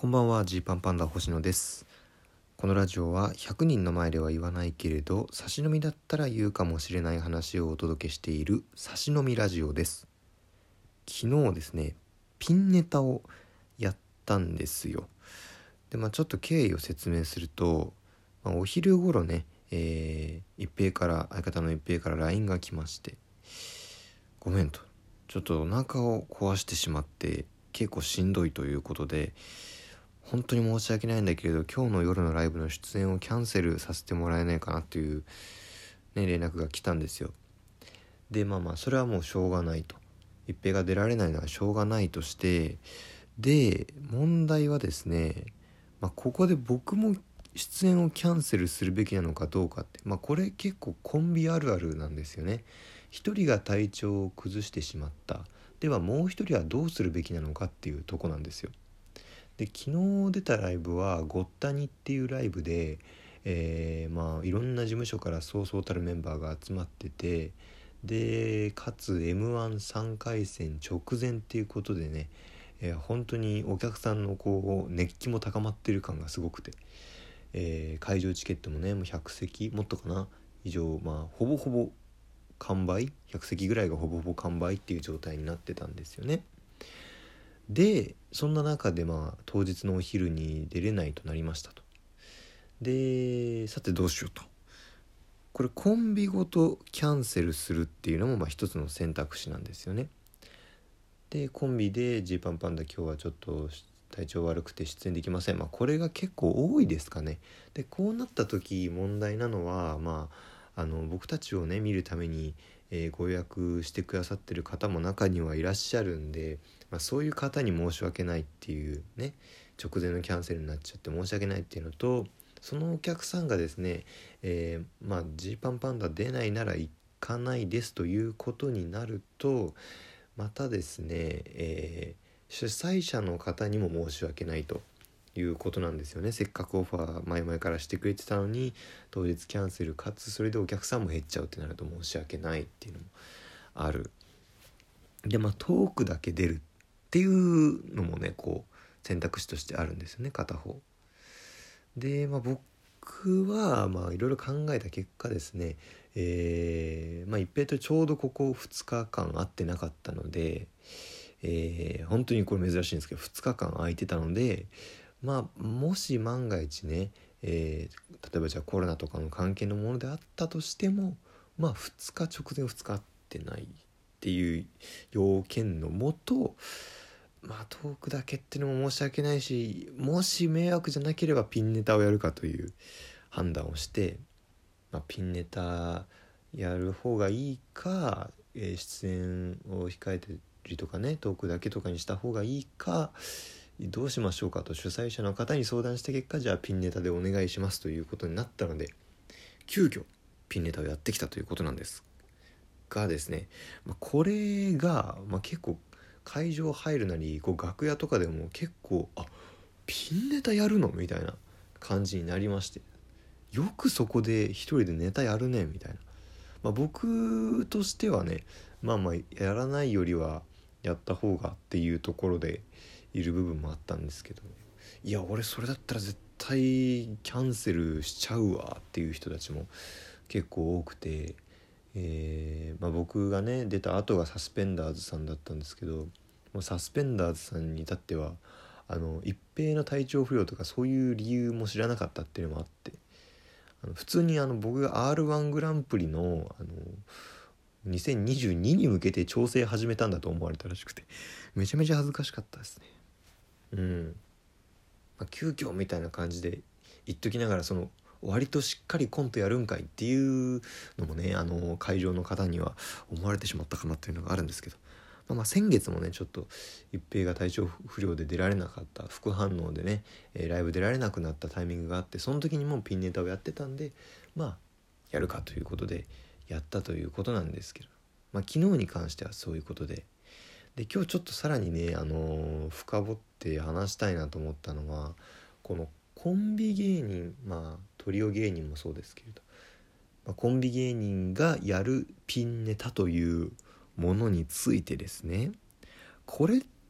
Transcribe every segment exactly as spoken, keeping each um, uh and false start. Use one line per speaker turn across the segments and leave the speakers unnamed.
こんばんは、ジーパンパンダ星野です。このラジオはひゃくにんの前では言わないけれど差し飲みだったら言うかもしれない話をお届けしている差し飲みラジオです。昨日ですね、ピンネタをやったんですよ。で、まあちょっと経緯を説明すると、まあ、お昼頃ね、えー、一平から相方の一平から ライン が来まして、ごめんと、ちょっとお腹を壊してしまって結構しんどいということで、本当に申し訳ないんだけれど今日の夜のライブの出演をキャンセルさせてもらえないかなっていう、ね、連絡が来たんですよ。でまあまあそれはもうしょうがないと、一平が出られないのはしょうがないとして、で問題はですね、まあ、ここで僕も出演をキャンセルするべきなのかどうかって、まあこれ結構コンビあるあるなんですよね。一人が体調を崩してしまった、ではもう一人はどうするべきなのかっていうとこなんですよ。で昨日出たライブはごったにっていうライブで、えー、まあいろんな事務所からそうそうたるメンバーが集まってて、でかつ エムワンさん 回戦直前っていうことでね、えー、本当にお客さんのこう熱気も高まってる感がすごくて、えー、会場チケットもねもうひゃくせきもっとかな以上、まあほぼほぼ完売、ひゃくせきぐらいがほぼほぼ完売っていう状態になってたんですよね。でそんな中でまあ当日のお昼に出れないとなりましたと。でさてどうしようと、これコンビごとキャンセルするっていうのもまあ一つの選択肢なんですよね。でコンビでジーパンパンダ今日はちょっと体調悪くて出演できません、まあこれが結構多いですかね。でこうなった時問題なのは、まああの僕たちをね見るために、えーご予約してくださってる方も中にはいらっしゃるんで、まあ、そういう方に申し訳ないっていうね、直前のキャンセルになっちゃって申し訳ないっていうのと、そのお客さんがですね、えー、まあジーパンパンダ出ないなら行かないですということになると、またですね、えー主催者の方にも申し訳ないということなんですよね。せっかくオファー前々からしてくれてたのに当日キャンセルかつそれでお客さんも減っちゃうってなると申し訳ないっていうのもある。でまあトークだけ出るっていうのもねこう選択肢としてあるんですよね、片方で。まあ僕はまあいろいろ考えた結果ですね、えー、まあ一平とちょうどここふつかかん会ってなかったので、えー、本当にこれ珍しいんですけどふつかかん空いてたので、まあもし万が一ね、えー、例えばじゃあコロナとかの関係のものであったとしても、まあふつか直前ふつか会ってないっていう要件のもと、まあトークだけっていうのも申し訳ないし、もし迷惑じゃなければピンネタをやるかという判断をして、まあ、ピンネタやる方がいいか、えー、出演を控えてりとかねトークだけとかにした方がいいかどうしましょうかと主催者の方に相談した結果、じゃあピンネタでお願いしますということになったので、急遽ピンネタをやってきたということなんですがですね、まあ、これが、まあ、結構会場入るなりこう楽屋とかでも結構あピンネタやるのみたいな感じになりまして、よくそこで一人でネタやるねみたいな、まあ、僕としてはねまあまあやらないよりはやった方がっていうところでいる部分もあったんですけど、いや俺それだったら絶対キャンセルしちゃうわっていう人たちも結構多くて、えーまあ、僕がね出た後がサスペンダーズさんだったんですけど、もうサスペンダーズさんに至ってはあの一平の体調不良とかそういう理由も知らなかったっていうのもあって、あの普通にあの僕が アールワン グランプリのあのにせんにじゅうにに向けて調整始めたんだと思われたらしくて、めちゃめちゃ恥ずかしかったですね。うん、まあ、急遽みたいな感じで言っときながら、その割としっかりコントやるんかいっていうのもね、あの会場の方には思われてしまったかなっていうのがあるんですけど、まあ、まあ先月もねちょっと一平が体調不良で出られなかった副反応でね、えー、ライブ出られなくなったタイミングがあって、その時にもピンネタをやってたんで、まあやるかということでやったということなんですけど、まあ昨日に関してはそういうことで、で今日ちょっとさらにね、あのー、深掘って話したいなと思ったのは、このコンビ芸人、まあトリオ芸人もそうですけれど、まあ、コンビ芸人がやるピンネタというものについてですね、これっ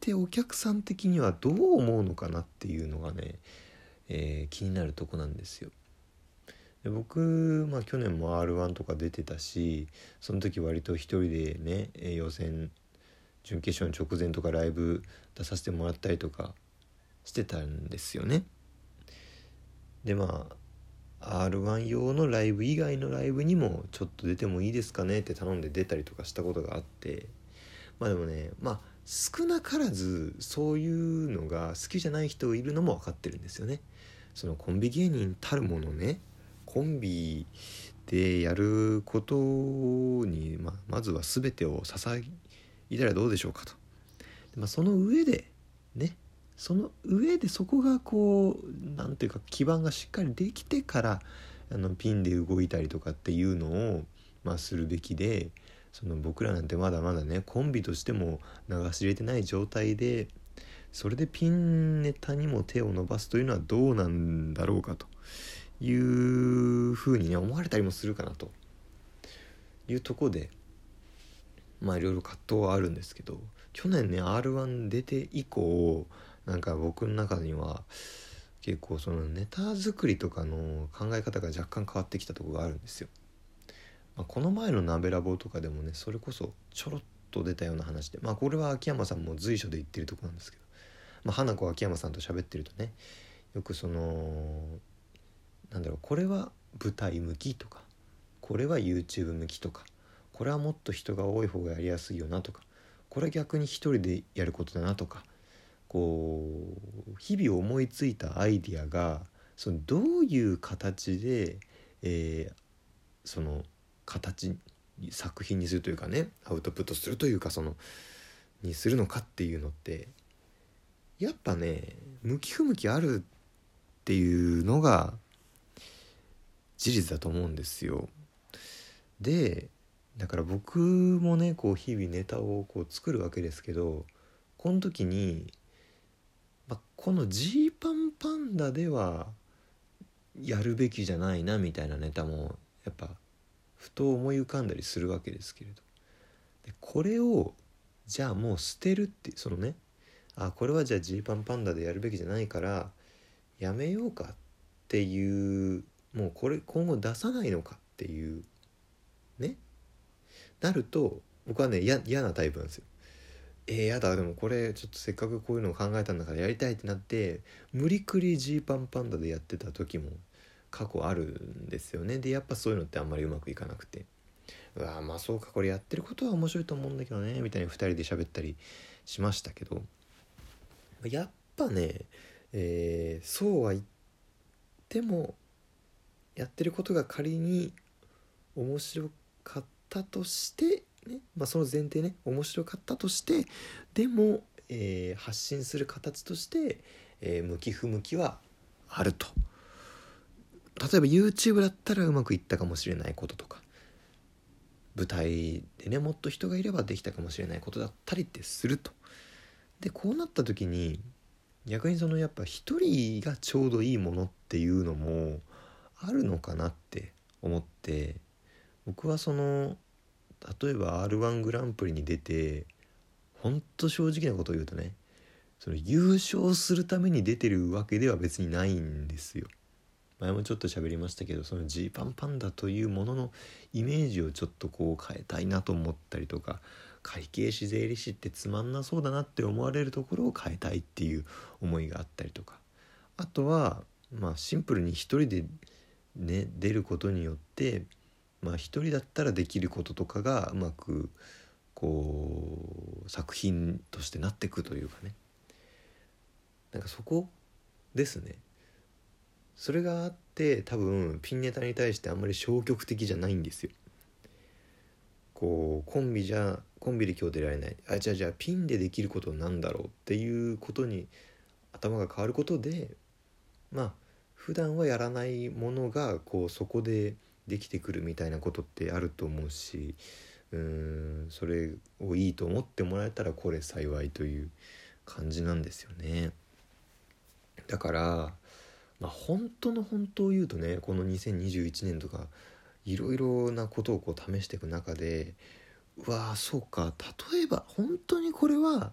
てお客さん的にはどう思うのかなっていうのがね、えー、気になるとこなんですよ。で僕、まあ、去年も アールワン とか出てたし、その時割と一人でね予選準決勝の直前とかライブ出させてもらったりとかしてたんですよね。でまあ アールワン 用のライブ以外のライブにもちょっと出てもいいですかねって頼んで出たりとかしたことがあって、まあでもねまあ少なからずそういうのが好きじゃない人いるのも分かってるんですよね。そのコンビ芸人たるものね、コンビでやることに、まあ、まずは全てを捧げたらどうでしょうかと。まあ、その上でねその上でそこがこうなんていうか基盤がしっかりできてからあのピンで動いたりとかっていうのを、まあ、するべきで、その僕らなんてまだまだねコンビとしても流し入れてない状態でそれでピンネタにも手を伸ばすというのはどうなんだろうかというふうにね思われたりもするかなというところで、まあいろいろ葛藤はあるんですけど、去年ね アールワン 出て以降なんか僕の中には結構そのネタ作りとかの考え方が若干変わってきたところがあるんですよ。まあ、この前の鍋ラボとかでもねそれこそちょろっと出たような話で、まあこれは秋山さんも随所で言ってるところなんですけど、まあ、花子秋山さんと喋ってるとねよくそのなんだろうこれは舞台向きとかこれは YouTube 向きとかこれはもっと人が多い方がやりやすいよなとかこれは逆に一人でやることだなとか、こう日々思いついたアイディアがそのどういう形で、えー、その形作品にするというかねアウトプットするというかそのにするのかっていうのってやっぱね向き不向きあるっていうのが事実だと思うんですよ。でだから僕もねこう日々ネタをこう作るわけですけど、この時に、まあ、このジーパンパンダではやるべきじゃないなみたいなネタもやっぱふと思い浮かんだりするわけですけれど、でこれをじゃあもう捨てるってそのねあこれはじゃあジーパンパンダでやるべきじゃないからやめようかっていうもうこれ今後出さないのかっていうねなると僕はね嫌なタイプなんですよ。えー、やだでもこれちょっとせっかくこういうのを考えたんだからやりたいってなって無理くりジーパンパンダでやってた時も過去あるんですよね。でやっぱそういうのってあんまりうまくいかなくて、うわまあそうかこれやってることは面白いと思うんだけどねみたいにふたりで喋ったりしましたけど、やっぱね、えー、そうは言ってもやってることが仮に面白かったとしてね、まあ、その前提ね面白かったとしてでも、えー、発信する形として、えー、向き不向きはあると。例えば YouTube だったらうまくいったかもしれないこととか舞台でねもっと人がいればできたかもしれないことだったりってすると。でこうなった時に逆にそのやっぱ一人がちょうどいいものっていうのもあるのかなって思って、僕はその例えば アールワン グランプリに出てほんと正直なことを言うとねその優勝するために出てるわけでは別にないんですよ。前もちょっと喋りましたけどそのジーパンパンダというもののイメージをちょっとこう変えたいなと思ったりとか、会計士税理士ってつまんなそうだなって思われるところを変えたいっていう思いがあったりとか、あとはまあシンプルに一人でね出ることによってまあ一人だったらできることとかがうまくこう作品としてなっていくというかね、なんかそこですね。それがあって多分ピンネタに対してあんまり消極的じゃないんですよ。こうコンビじゃコンビで今日出られない、あじゃあじゃあピンでできることなんだろうっていうことに頭が変わることで、まあ普段はやらないものがこうそこでできてくるみたいなことってあると思うし、うーんそれをいいと思ってもらえたらこれ幸いという感じなんですよね。だからまあ、本当の本当を言うとねこのにせんにじゅういちねんとかいろいろなことをこう試していく中で、うわーそうか例えば本当にこれは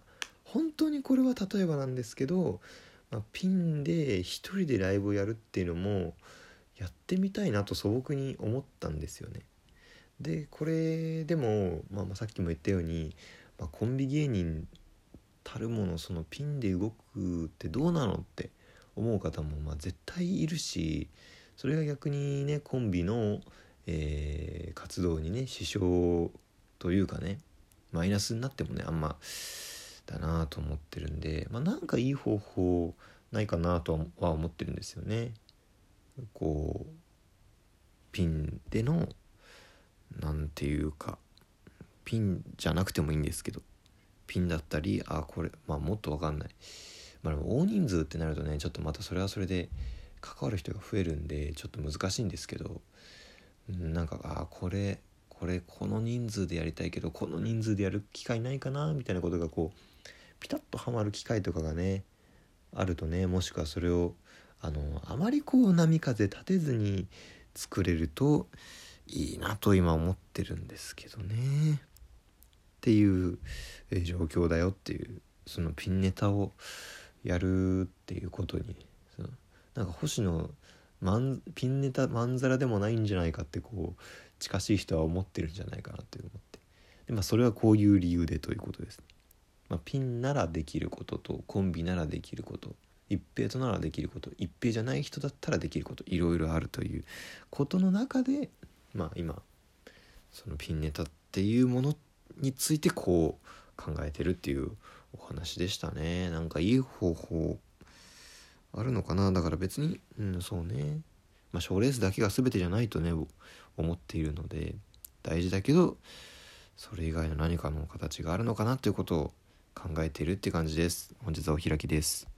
本当にこれは例えばなんですけど、まあ、ピンで一人でライブをやるっていうのもやってみたいなと素朴に思ったんですよね。でこれでも、まあ、まあさっきも言ったように、まあ、コンビ芸人たるものそのピンで動くってどうなのって思う方もまあ絶対いるし、それが逆にねコンビの、えー活動にね支障というかねマイナスになってもねあんまだなと思ってるんで、まあ、なんかいい方法ないかなとは思ってるんですよね。こうピンでのなんていうかピンじゃなくてもいいんですけど、ピンだったりあこれまあもっと分かんない、まあ、でも大人数ってなるとねちょっとまたそれはそれで関わる人が増えるんでちょっと難しいんですけど、なんかあこれこれこの人数でやりたいけどこの人数でやる機会ないかなみたいなことがこうピタッとはまる機会とかがねあるとね、もしくはそれをあのあまりこう波風立てずに作れるといいなと今思ってるんですけどねっていう状況だよっていう、そのピンネタをやるっていうことにそのなんか星野マンピンネタまんざらでもないんじゃないかってこう近しい人は思ってるんじゃないかなって思って、で、まあ、それはこういう理由でということですね。まあ、ピンならできることとコンビならできること、一平とならできること、一平じゃない人だったらできること、いろいろあるということの中で、まあ今そのピンネタっていうものについてこう考えてるっていうお話でしたね。なんかいい方法あるのかな。だから別に、うん、そうね、まあ賞レースだけが全てじゃないとね思っているので大事だけど、それ以外の何かの形があるのかなということを考えているって感じです。本日はお開きです。